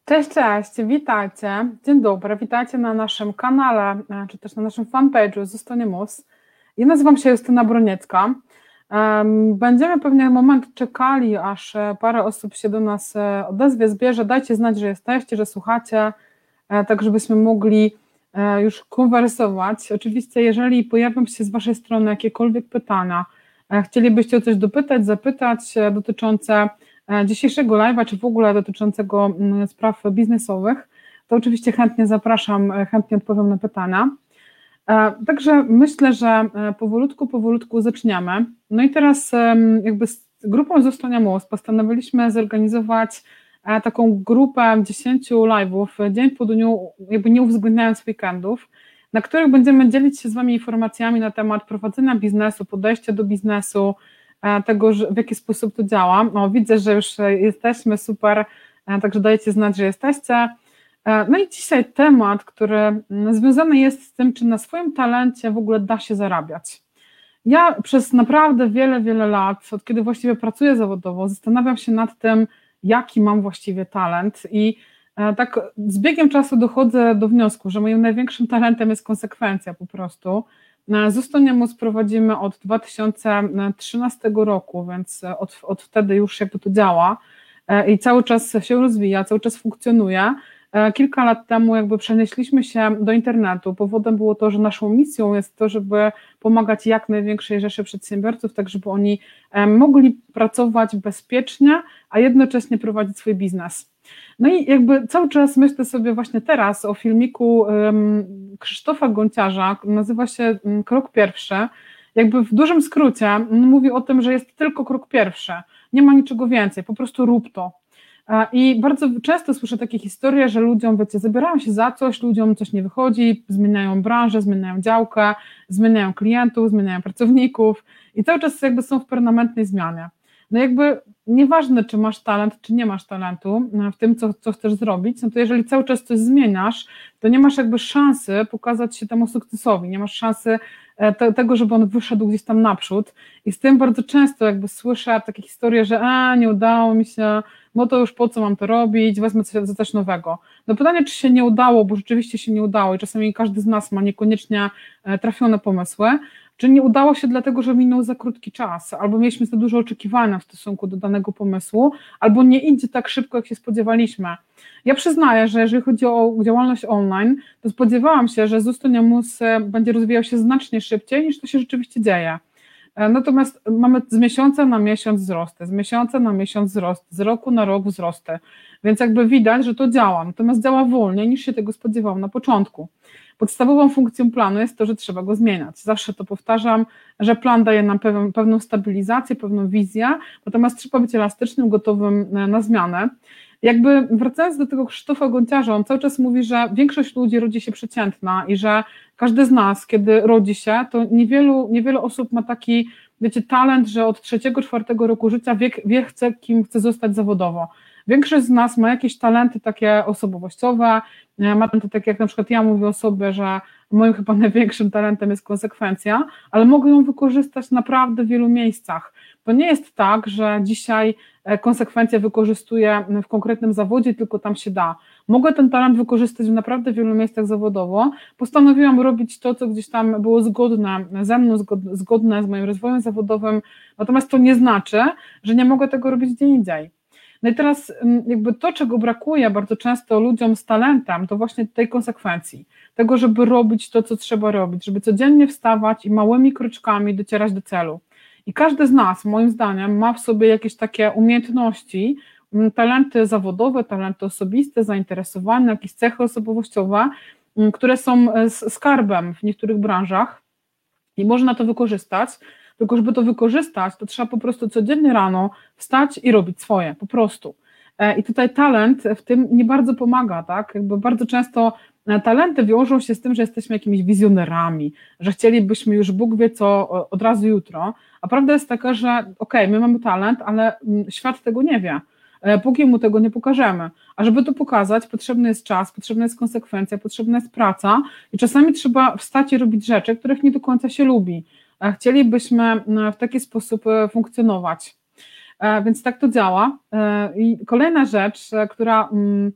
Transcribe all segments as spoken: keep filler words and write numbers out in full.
Cześć, cześć, witajcie. Dzień dobry, witajcie na naszym kanale, e, czy też na naszym fanpage'u Zostanie Mus. Ja nazywam się Justyna Broniecka. Em, Będziemy pewnie moment czekali, aż e, parę osób się do nas e, odezwie, zbierze. Dajcie znać, że jesteście, że słuchacie, e, tak żebyśmy mogli e, już konwersować. Oczywiście, jeżeli pojawią się z Waszej strony jakiekolwiek pytania, e, chcielibyście o coś dopytać, zapytać e, dotyczące e, dzisiejszego live'a, czy w ogóle dotyczącego mm, spraw biznesowych, to oczywiście chętnie zapraszam, e, chętnie odpowiem na pytania. E, Także myślę, że e, powolutku, powolutku zaczniemy. No i teraz em, jakby z grupą Zostania Most postanowiliśmy zorganizować e, taką grupę dziesięciu live'ów e, dzień po dniu, jakby nie uwzględniając weekendów, na których będziemy dzielić się z Wami informacjami na temat prowadzenia biznesu, podejścia do biznesu, e, tego, że- w jaki sposób to działa. No, widzę, że już e, jesteśmy, super, e, także dajcie znać, że jesteście. E, No i dzisiaj temat, który mm, związany jest z tym, czy na swoim talencie w ogóle da się zarabiać. Ja przez naprawdę wiele, wiele lat, od kiedy właściwie pracuję zawodowo, zastanawiam się nad tym, jaki mam właściwie talent i e, tak z biegiem czasu dochodzę do wniosku, że moim największym talentem jest konsekwencja po prostu. E, Zostaniemu prowadzimy od dwa tysiące trzynastego roku, więc od, od wtedy już jakby to działa e, i cały czas się rozwija, cały czas funkcjonuje. E, Kilka lat temu jakby przenieśliśmy się do internetu. Powodem było to, że naszą misją jest to, żeby pomagać jak największej rzeszy przedsiębiorców, tak żeby oni e, mogli pracować bezpiecznie, a jednocześnie prowadzić swój biznes. No i jakby cały czas myślę sobie właśnie teraz o filmiku um, Krzysztofa Gonciarza, nazywa się um, Krok Pierwszy. Jakby w dużym skrócie on mówi o tym, że jest tylko krok pierwszy, nie ma niczego więcej, po prostu rób to. I bardzo często słyszę takie historie, że ludziom, wiecie, zabierają się za coś, ludziom coś nie wychodzi, zmieniają branżę, zmieniają działkę, zmieniają klientów, zmieniają pracowników i cały czas jakby są w permanentnej zmianie. No jakby nieważne, czy masz talent, czy nie masz talentu w tym, co, co chcesz zrobić, no to jeżeli cały czas coś zmieniasz, to nie masz jakby szansy pokazać się temu sukcesowi, nie masz szansy e, te, tego, żeby on wyszedł gdzieś tam naprzód i z tym bardzo często jakby słyszę takie historie, że a, nie udało mi się, no to już po co mam to robić, wezmę coś, za coś nowego. No pytanie, czy się nie udało, bo rzeczywiście się nie udało i czasami każdy z nas ma niekoniecznie e, trafione pomysły, czy nie udało się dlatego, że minął za krótki czas, albo mieliśmy za dużo oczekiwania w stosunku do danego pomysłu, albo nie idzie tak szybko, jak się spodziewaliśmy. Ja przyznaję, że jeżeli chodzi o działalność online, to spodziewałam się, że Zostaniamus będzie rozwijał się znacznie szybciej, niż to się rzeczywiście dzieje. Natomiast mamy z miesiąca na miesiąc wzrosty, z miesiąca na miesiąc wzrosty, z roku na rok wzrosty, więc jakby widać, że to działa, natomiast działa wolniej niż się tego spodziewałam na początku. Podstawową funkcją planu jest to, że trzeba go zmieniać. Zawsze to powtarzam, że plan daje nam pewną, pewną stabilizację, pewną wizję, natomiast trzeba być elastycznym, gotowym na zmianę. Jakby wracając do tego Krzysztofa Gonciarza, on cały czas mówi, że większość ludzi rodzi się przeciętna i że każdy z nas, kiedy rodzi się, to niewielu, niewiele osób ma taki, wiecie, talent, że od trzeciego, czwartego roku życia wie, wie chce, kim chce zostać zawodowo. Większość z nas ma jakieś talenty takie osobowościowe, ma talenty takie jak na przykład ja mówię o sobie, że moim chyba największym talentem jest konsekwencja, ale mogę ją wykorzystać naprawdę w wielu miejscach. To nie jest tak, że dzisiaj konsekwencje wykorzystuję w konkretnym zawodzie, tylko tam się da. Mogę ten talent wykorzystać w naprawdę wielu miejscach zawodowo. Postanowiłam robić to, co gdzieś tam było zgodne ze mną, zgodne z moim rozwojem zawodowym, natomiast to nie znaczy, że nie mogę tego robić gdzie indziej. No i teraz jakby to, czego brakuje bardzo często ludziom z talentem, to właśnie tej konsekwencji, tego, żeby robić to, co trzeba robić, żeby codziennie wstawać i małymi kroczkami docierać do celu. I każdy z nas, moim zdaniem, ma w sobie jakieś takie umiejętności, talenty zawodowe, talenty osobiste, zainteresowania, jakieś cechy osobowościowe, które są skarbem w niektórych branżach i można to wykorzystać, tylko żeby to wykorzystać, to trzeba po prostu codziennie rano wstać i robić swoje, po prostu. I tutaj talent w tym nie bardzo pomaga, tak? Jakby bardzo często talenty wiążą się z tym, że jesteśmy jakimiś wizjonerami, że chcielibyśmy już Bóg wie co od razu jutro, a prawda jest taka, że okej, okay, my mamy talent, ale świat tego nie wie, póki mu tego nie pokażemy, a żeby to pokazać, potrzebny jest czas, potrzebna jest konsekwencja, potrzebna jest praca i czasami trzeba wstać i robić rzeczy, których nie do końca się lubi. Chcielibyśmy w taki sposób funkcjonować. Więc tak to działa. I kolejna rzecz, która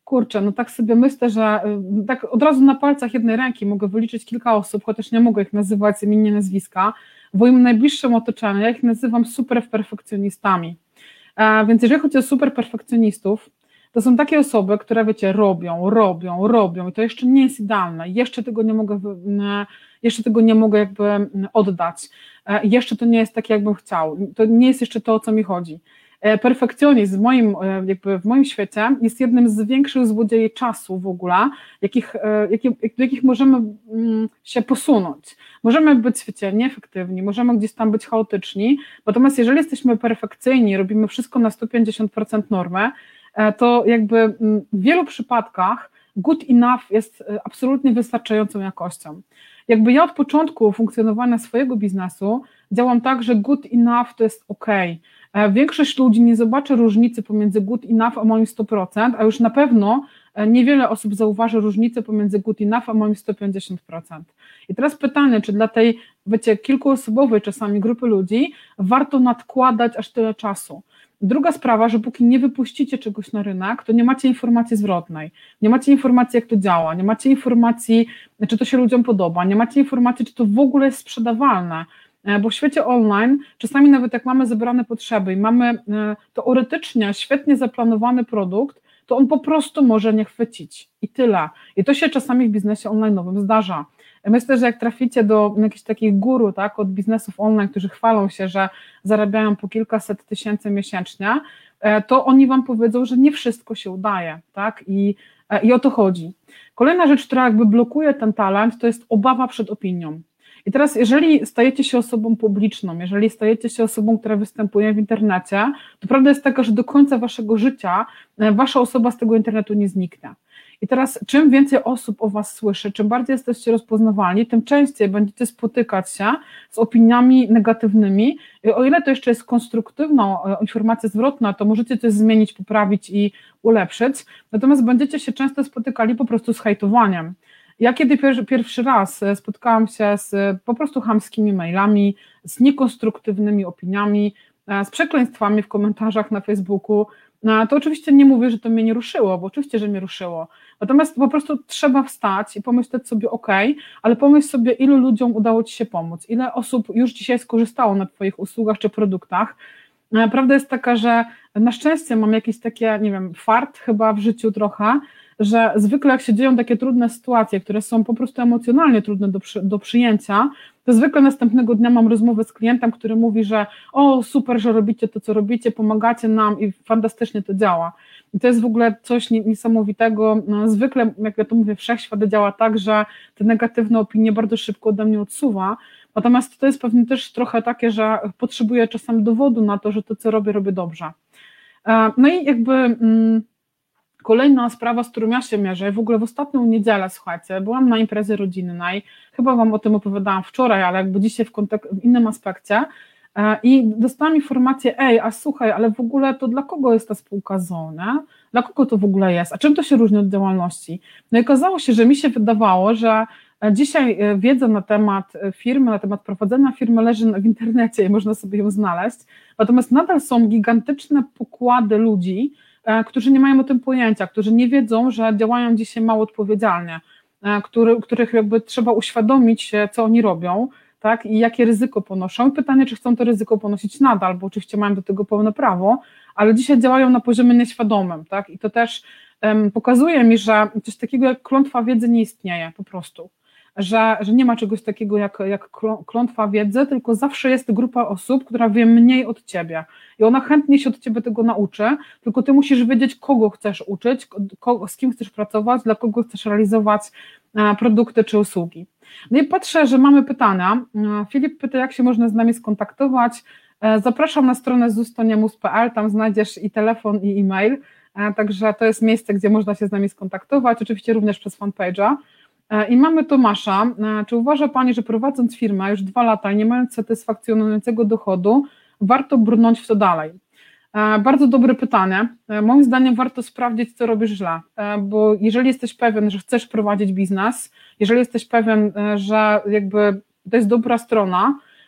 Kurczę, no tak sobie myślę, że y, tak od razu na palcach jednej ręki mogę wyliczyć kilka osób, chociaż nie mogę ich nazywać z imienia, nazwiska. W moim najbliższym otoczeniu ja ich nazywam super perfekcjonistami. E, więc jeżeli chodzi o super perfekcjonistów, to są takie osoby, które wiecie, robią, robią, robią i to jeszcze nie jest idealne, jeszcze tego nie mogę, jeszcze tego nie mogę jakby oddać, e, jeszcze to nie jest tak, jakbym chciał, to nie jest jeszcze to, o co mi chodzi. Perfekcjonizm w moim, jakby w moim świecie jest jednym z większych złodziei czasu w ogóle, jakich, jakich, do jakich możemy się posunąć. Możemy być, wiecie, nieefektywni, możemy gdzieś tam być chaotyczni, natomiast jeżeli jesteśmy perfekcyjni, robimy wszystko na sto pięćdziesiąt procent normy, to jakby w wielu przypadkach good enough jest absolutnie wystarczającą jakością. Jakby ja od początku funkcjonowania swojego biznesu działam tak, że good enough to jest ok. Większość ludzi nie zobaczy różnicy pomiędzy good enough a moim sto procent, a już na pewno niewiele osób zauważy różnicę pomiędzy good enough a moim sto pięćdziesiąt procent. I teraz pytanie, czy dla tej, wiecie, kilkuosobowej czasami grupy ludzi warto nadkładać aż tyle czasu? Druga sprawa, że póki nie wypuścicie czegoś na rynek, to nie macie informacji zwrotnej, nie macie informacji, jak to działa, nie macie informacji, czy to się ludziom podoba, nie macie informacji, czy to w ogóle jest sprzedawalne, bo w świecie online czasami nawet jak mamy zebrane potrzeby i mamy teoretycznie świetnie zaplanowany produkt, to on po prostu może nie chwycić i tyle. I to się czasami w biznesie online'owym zdarza. Myślę, że jak traficie do jakichś takich guru, tak, od biznesów online, którzy chwalą się, że zarabiają po kilkaset tysięcy miesięcznie, to oni wam powiedzą, że nie wszystko się udaje, tak, i, i o to chodzi. Kolejna rzecz, która jakby blokuje ten talent, to jest obawa przed opinią. I teraz, jeżeli stajecie się osobą publiczną, jeżeli stajecie się osobą, która występuje w internecie, to prawda jest taka, że do końca waszego życia wasza osoba z tego internetu nie zniknie. I teraz czym więcej osób o was słyszy, czym bardziej jesteście rozpoznawalni, tym częściej będziecie spotykać się z opiniami negatywnymi. I o ile to jeszcze jest konstruktywną informacja zwrotna, to możecie coś zmienić, poprawić i ulepszyć, natomiast będziecie się często spotykali po prostu z hejtowaniem. Ja kiedy pierwszy, pierwszy raz spotkałam się z po prostu chamskimi mailami, z niekonstruktywnymi opiniami, z przekleństwami w komentarzach na Facebooku, to oczywiście nie mówię, że to mnie nie ruszyło, bo oczywiście, że mnie ruszyło. Natomiast po prostu trzeba wstać i pomyśleć sobie, ok, ale pomyśl sobie, ilu ludziom udało ci się pomóc, ile osób już dzisiaj skorzystało na twoich usługach czy produktach. Prawda jest taka, że na szczęście mam jakieś takie, nie wiem, fart chyba w życiu trochę, że zwykle jak się dzieją takie trudne sytuacje, które są po prostu emocjonalnie trudne do, przy, do przyjęcia, to zwykle następnego dnia mam rozmowę z klientem, który mówi, że o super, że robicie to, co robicie, pomagacie nam i fantastycznie to działa. I to jest w ogóle coś niesamowitego. No, zwykle, jak ja to mówię, wszechświat działa tak, że te negatywne opinie bardzo szybko ode mnie odsuwa, natomiast to jest pewnie też trochę takie, że potrzebuję czasem dowodu na to, że to, co robię, robię dobrze. No i jakby... Mm, Kolejna sprawa, z którą ja się mierzę, w ogóle w ostatnią niedzielę, słuchajcie, byłam na imprezie rodzinnej, chyba wam o tym opowiadałam wczoraj, ale jakby dzisiaj w, kontek- w innym aspekcie i dostałam informację, ej, a słuchaj, ale w ogóle to dla kogo jest ta spółka z o o, nie? Dla kogo to w ogóle jest, a czym to się różni od działalności? No i okazało się, że mi się wydawało, że dzisiaj wiedza na temat firmy, na temat prowadzenia firmy leży w internecie i można sobie ją znaleźć, natomiast nadal są gigantyczne pokłady ludzi, którzy nie mają o tym pojęcia, którzy nie wiedzą, że działają dzisiaj mało odpowiedzialnie, który, których jakby trzeba uświadomić, co oni robią, tak, i jakie ryzyko ponoszą. Pytanie, czy chcą to ryzyko ponosić nadal, bo oczywiście mają do tego pełne prawo, ale dzisiaj działają na poziomie nieświadomym, tak, i to też um, pokazuje mi, że coś takiego jak klątwa wiedzy nie istnieje po prostu. Że, że nie ma czegoś takiego jak, jak klątwa wiedzy, tylko zawsze jest grupa osób, która wie mniej od ciebie i ona chętnie się od ciebie tego nauczy, tylko ty musisz wiedzieć, kogo chcesz uczyć, kogo, z kim chcesz pracować, dla kogo chcesz realizować produkty czy usługi. No i patrzę, że mamy pytania. Filip pyta, jak się można z nami skontaktować. Zapraszam na stronę zustoniemus kropka p l, tam znajdziesz i telefon, i e-mail, także to jest miejsce, gdzie można się z nami skontaktować, oczywiście również przez fanpage'a. I mamy Tomasza. Czy uważa Pani, że prowadząc firmę już dwa lata i nie mając satysfakcjonującego dochodu, warto brnąć w to dalej? Bardzo dobre pytanie. Moim zdaniem warto sprawdzić, co robisz źle, bo jeżeli jesteś pewien, że chcesz prowadzić biznes, jeżeli jesteś pewien, że jakby to jest dobra strona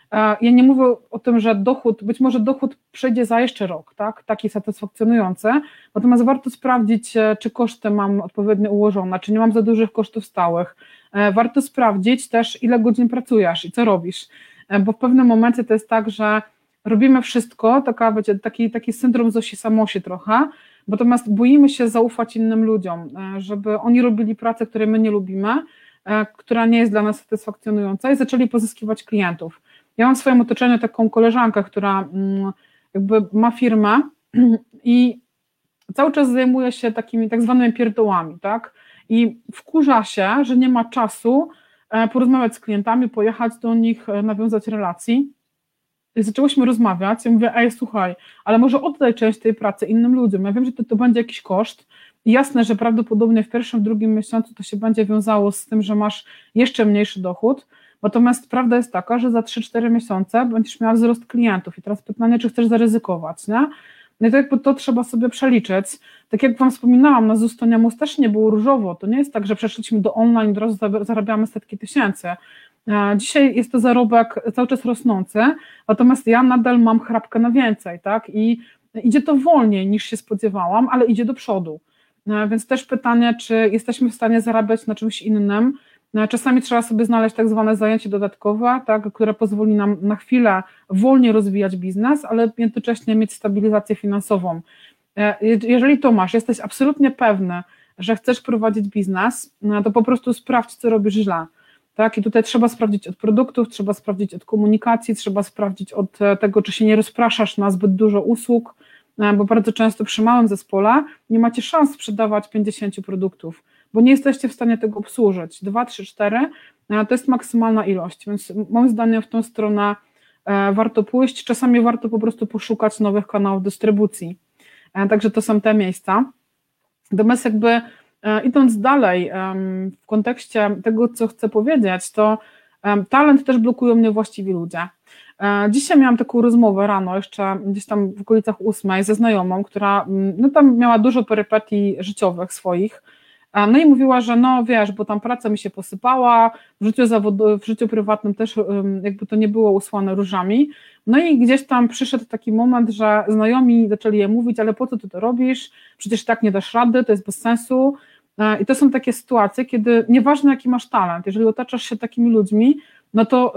Ja nie mówię o tym, że dochód, być może dochód przejdzie za jeszcze rok, tak, taki satysfakcjonujący, natomiast warto sprawdzić, czy koszty mam odpowiednio ułożone, czy nie mam za dużych kosztów stałych. Warto sprawdzić też, ile godzin pracujesz i co robisz, bo w pewnym momencie to jest tak, że robimy wszystko, taka, wiecie, taki, taki syndrom Zosi Samosi trochę, natomiast boimy się zaufać innym ludziom, żeby oni robili pracę, której my nie lubimy, która nie jest dla nas satysfakcjonująca i zaczęli pozyskiwać klientów. Ja mam w swoim otoczeniu taką koleżankę, która jakby ma firmę i cały czas zajmuje się takimi tak zwanymi pierdołami, tak? I wkurza się, że nie ma czasu porozmawiać z klientami, pojechać do nich, nawiązać relacji. I zaczęłyśmy rozmawiać, ja mówię, ej, słuchaj, ale może oddaj część tej pracy innym ludziom, ja wiem, że to, to będzie jakiś koszt i jasne, że prawdopodobnie w pierwszym, drugim miesiącu to się będzie wiązało z tym, że masz jeszcze mniejszy dochód, natomiast prawda jest taka, że za trzy cztery miesiące będziesz miała wzrost klientów i teraz pytanie, czy chcesz zaryzykować, nie? No i to jakby to trzeba sobie przeliczyć. Tak jak Wam wspominałam, na Zustoniamus też nie było różowo, to nie jest tak, że przeszliśmy do online, od razu zarabiamy setki tysięcy. Dzisiaj jest to zarobek cały czas rosnący, natomiast ja nadal mam chrapkę na więcej, tak? I idzie to wolniej niż się spodziewałam, ale idzie do przodu. Więc też pytanie, czy jesteśmy w stanie zarabiać na czymś innym. Czasami trzeba sobie znaleźć tak zwane zajęcie dodatkowe, tak, które pozwoli nam na chwilę wolniej rozwijać biznes, ale jednocześnie mieć stabilizację finansową. Jeżeli to masz, jesteś absolutnie pewny, że chcesz prowadzić biznes, to po prostu sprawdź, co robisz źle. Tak? I tutaj trzeba sprawdzić od produktów, trzeba sprawdzić od komunikacji, trzeba sprawdzić od tego, czy się nie rozpraszasz na zbyt dużo usług, bo bardzo często przy małym zespole nie macie szans sprzedawać pięćdziesiąt produktów, bo nie jesteście w stanie tego obsłużyć. Dwa, trzy, cztery to jest maksymalna ilość, więc moim zdaniem w tą stronę warto pójść. Czasami warto po prostu poszukać nowych kanałów dystrybucji. Także to są te miejsca. Natomiast jakby idąc dalej w kontekście tego, co chcę powiedzieć, to talent też blokują mnie właściwi ludzie. Dzisiaj miałam taką rozmowę rano, jeszcze gdzieś tam w okolicach ósmej ze znajomą, która no tam miała dużo perypetii życiowych swoich, no i mówiła, że no wiesz, bo tam praca mi się posypała, w życiu zawodowym, w życiu prywatnym też jakby to nie było usłane różami, no i gdzieś tam przyszedł taki moment, że znajomi zaczęli jej mówić, ale po co ty to robisz, przecież tak nie dasz rady, to jest bez sensu. I to są takie sytuacje, kiedy nieważne jaki masz talent, jeżeli otaczasz się takimi ludźmi, no to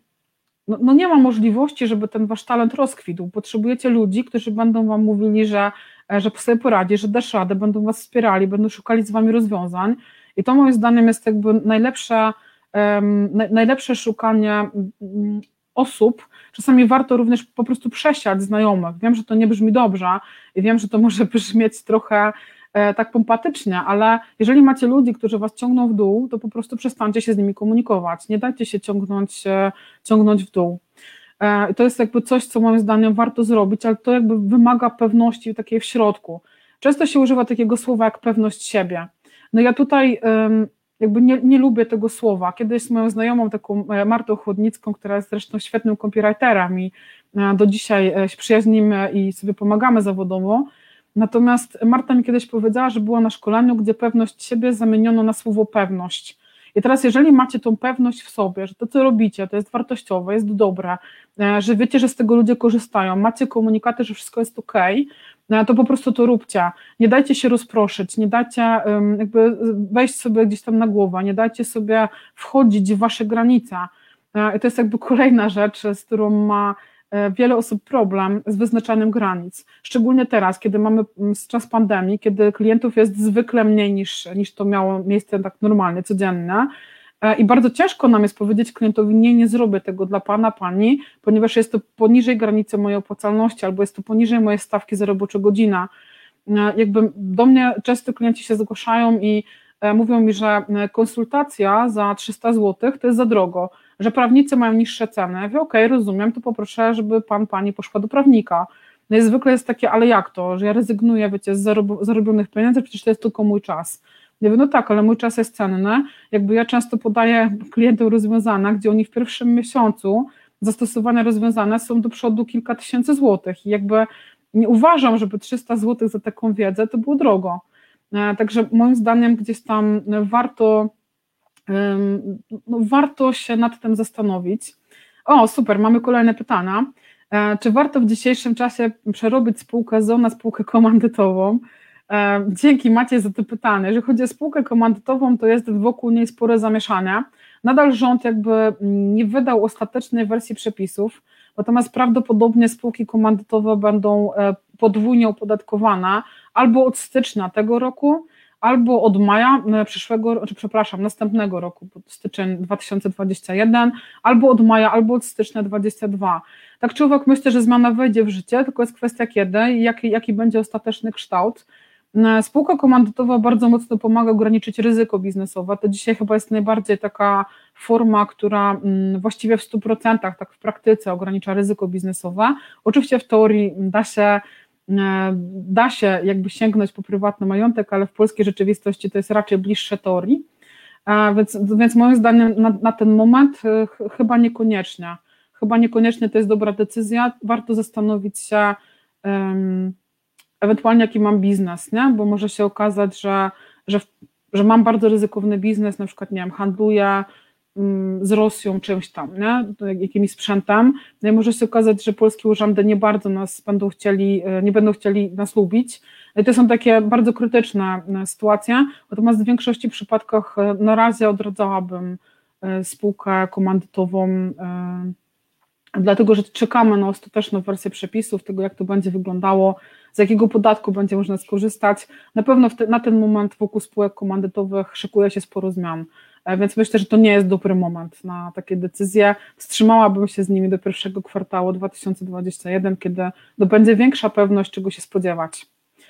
no, no nie ma możliwości, żeby ten wasz talent rozkwitł. Potrzebujecie ludzi, którzy będą wam mówili, że, że sobie poradzi, że dasz radę, będą was wspierali, będą szukali z wami rozwiązań i to moim zdaniem jest jakby najlepsze, um, najlepsze szukanie osób. Czasami warto również po prostu przesiać znajomych. Wiem, że to nie brzmi dobrze i wiem, że to może brzmieć trochę tak pompatycznie, ale jeżeli macie ludzi, którzy was ciągną w dół, to po prostu przestańcie się z nimi komunikować, nie dajcie się ciągnąć, ciągnąć w dół. I to jest jakby coś, co moim zdaniem warto zrobić, ale to jakby wymaga pewności takiej w środku. Często się używa takiego słowa jak pewność siebie. No ja tutaj jakby nie, nie lubię tego słowa. Kiedyś z moją znajomą, taką Martą Chłodnicką, która jest zresztą świetnym copywriterem i do dzisiaj się przyjaźnimy i sobie pomagamy zawodowo. Natomiast Marta mi kiedyś powiedziała, że była na szkoleniu, gdzie pewność siebie zamieniono na słowo pewność. I teraz jeżeli macie tą pewność w sobie, że to co robicie to jest wartościowe, jest dobre, że wiecie, że z tego ludzie korzystają, macie komunikaty, że wszystko jest okej, to po prostu to róbcie. Nie dajcie się rozproszyć, nie dajcie jakby wejść sobie gdzieś tam na głowę, nie dajcie sobie wchodzić w wasze granice. I to jest jakby kolejna rzecz, z którą ma wiele osób problem z wyznaczaniem granic, szczególnie teraz, kiedy mamy czas pandemii, kiedy klientów jest zwykle mniej niż, niż to miało miejsce tak normalnie, codzienne i bardzo ciężko nam jest powiedzieć klientowi, nie, nie zrobię tego dla pana, pani, ponieważ jest to poniżej granicy mojej opłacalności albo jest to poniżej mojej stawki za roboczą godzinę. Jakby do mnie często klienci się zgłaszają i mówią mi, że konsultacja za trzysta złotych to jest za drogo, że prawnicy mają niższe ceny. Ja mówię, okej, okay, rozumiem, to poproszę, żeby pan, pani poszła do prawnika. No i zwykle jest takie, ale jak to, że ja rezygnuję, wiecie, z zarob- zarobionych pieniędzy, przecież to jest tylko mój czas. Ja mówię, no tak, ale mój czas jest cenny. Jakby ja często podaję klientom rozwiązania, gdzie oni w pierwszym miesiącu zastosowania rozwiązania są do przodu kilka tysięcy złotych i jakby nie uważam, żeby trzysta złotych za taką wiedzę to było drogo. Także moim zdaniem gdzieś tam warto, no warto się nad tym zastanowić. O, super, mamy kolejne pytania. E, Czy warto w dzisiejszym czasie przerobić spółkę z o o na spółkę komandytową? E, Dzięki Maciej za to pytanie. Jeżeli chodzi o spółkę komandytową, to jest wokół niej spore zamieszanie. Nadal rząd jakby nie wydał ostatecznej wersji przepisów, natomiast prawdopodobnie spółki komandytowe będą e, podwójnie opodatkowane albo od stycznia tego roku, albo od maja e, przyszłego, czy przepraszam, następnego roku, bo styczeń dwa tysiące dwudziesty pierwszy, albo od maja, albo od stycznia dwudziestego drugiego. Tak czy owak myślę, że zmiana wejdzie w życie, tylko jest kwestia kiedy i jaki, jaki będzie ostateczny kształt. Spółka komandytowa bardzo mocno pomaga ograniczyć ryzyko biznesowe. To dzisiaj chyba jest najbardziej taka forma, która właściwie w stu procentach, tak w praktyce ogranicza ryzyko biznesowe. Oczywiście w teorii da się, da się jakby sięgnąć po prywatny majątek, ale w polskiej rzeczywistości to jest raczej bliższe teorii. Więc, więc moim zdaniem na, na ten moment ch chyba niekoniecznie. Chyba niekoniecznie to jest dobra decyzja. Warto zastanowić się, um, ewentualnie jaki mam biznes, nie? Bo może się okazać, że, że, że mam bardzo ryzykowny biznes, na przykład, nie wiem, handluję um, z Rosją czymś tam, nie? Jakimś sprzętem, no i może się okazać, że polskie urzędy nie bardzo nas będą chcieli, nie będą chcieli nas lubić. I to są takie bardzo krytyczne sytuacje, natomiast w większości przypadkach na razie odradzałabym spółkę komandytową, dlatego że czekamy na ostateczną wersję przepisów, tego jak to będzie wyglądało, z jakiego podatku będzie można skorzystać. Na pewno w te, na ten moment wokół spółek komandytowych szykuje się sporo zmian, więc myślę, że to nie jest dobry moment na takie decyzje. Wstrzymałabym się z nimi do pierwszego kwartału dwa tysiące dwudziestego pierwszego, kiedy no, będzie większa pewność, czego się spodziewać.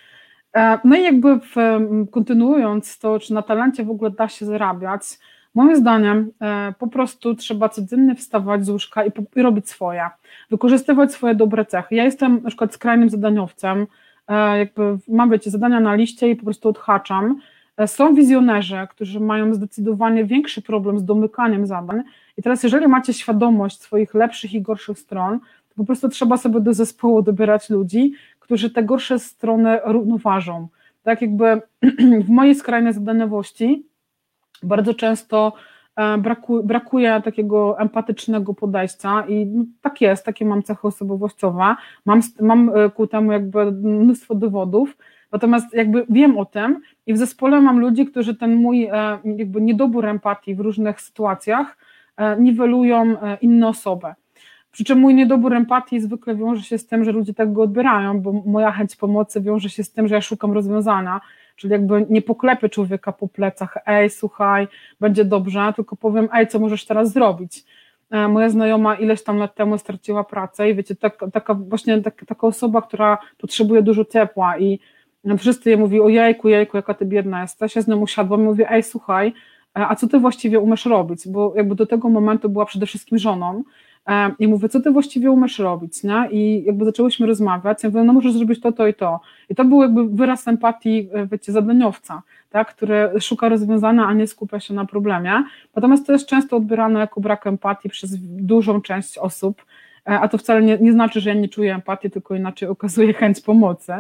No i jakby w, kontynuując to, czy na talencie w ogóle da się zarabiać, moim zdaniem po prostu trzeba codziennie wstawać z łóżka i, i robić swoje, wykorzystywać swoje dobre cechy. Ja jestem na przykład skrajnym zadaniowcem, jakby mam, wiecie, zadania na liście i po prostu odhaczam. Są wizjonerzy, którzy mają zdecydowanie większy problem z domykaniem zadań i teraz jeżeli macie świadomość swoich lepszych i gorszych stron, to po prostu trzeba sobie do zespołu dobierać ludzi, którzy te gorsze strony równoważą. Tak jakby w mojej skrajnej zadaniowości bardzo często braku, brakuje takiego empatycznego podejścia i no, tak jest, takie mam cechy osobowościowe, mam, mam ku temu jakby mnóstwo dowodów, natomiast jakby wiem o tym i w zespole mam ludzi, którzy ten mój jakby niedobór empatii w różnych sytuacjach niwelują inne osoby. Przy czym mój niedobór empatii zwykle wiąże się z tym, że ludzie tak go odbierają, bo moja chęć pomocy wiąże się z tym, że ja szukam rozwiązania, czyli jakby nie poklepię człowieka po plecach, ej, słuchaj, będzie dobrze, tylko powiem, ej, co możesz teraz zrobić? Moja znajoma ileś tam lat temu straciła pracę i wiecie, tak, taka właśnie tak, taka osoba, która potrzebuje dużo ciepła i wszyscy jej mówi, ojejku, jejku, jaka ty biedna jesteś, ja z nią usiadłam i mówię, ej, słuchaj, a co ty właściwie umiesz robić? Bo jakby do tego momentu była przede wszystkim żoną, i mówię, co ty właściwie umiesz robić, nie? I jakby zaczęłyśmy rozmawiać, ja mówię, no możesz zrobić to, to i to. I to był jakby wyraz empatii, wiecie, zadaniowca, tak? Który szuka rozwiązania, a nie skupia się na problemie. Natomiast to jest często odbierane jako brak empatii przez dużą część osób, a to wcale nie, nie znaczy, że ja nie czuję empatii, tylko inaczej okazuję chęć pomocy.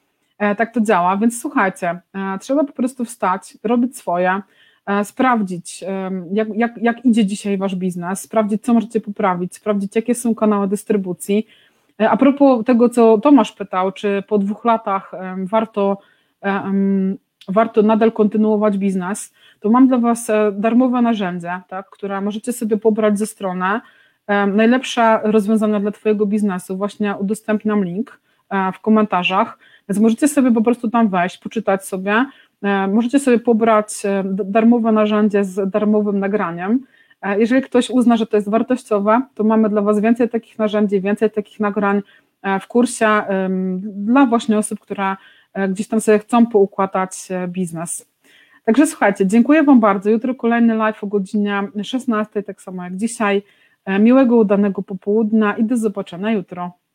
Tak to działa, więc słuchajcie, trzeba po prostu wstać, robić swoje, sprawdzić, jak, jak, jak idzie dzisiaj wasz biznes, sprawdzić, co możecie poprawić, sprawdzić, jakie są kanały dystrybucji. A propos tego, co Tomasz pytał, czy po dwóch latach warto, warto nadal kontynuować biznes, to mam dla was darmowe narzędzie, tak, które możecie sobie pobrać ze strony. Najlepsze rozwiązania dla twojego biznesu, właśnie udostępniam link w komentarzach, więc możecie sobie po prostu tam wejść, poczytać sobie. Możecie sobie pobrać darmowe narzędzie z darmowym nagraniem. Jeżeli ktoś uzna, że to jest wartościowe, to mamy dla was więcej takich narzędzi, więcej takich nagrań w kursie dla właśnie osób, które gdzieś tam sobie chcą poukładać biznes. Także słuchajcie, dziękuję wam bardzo. Jutro kolejny live o godzinie szesnastej, tak samo jak dzisiaj. Miłego, udanego popołudnia i do zobaczenia jutro.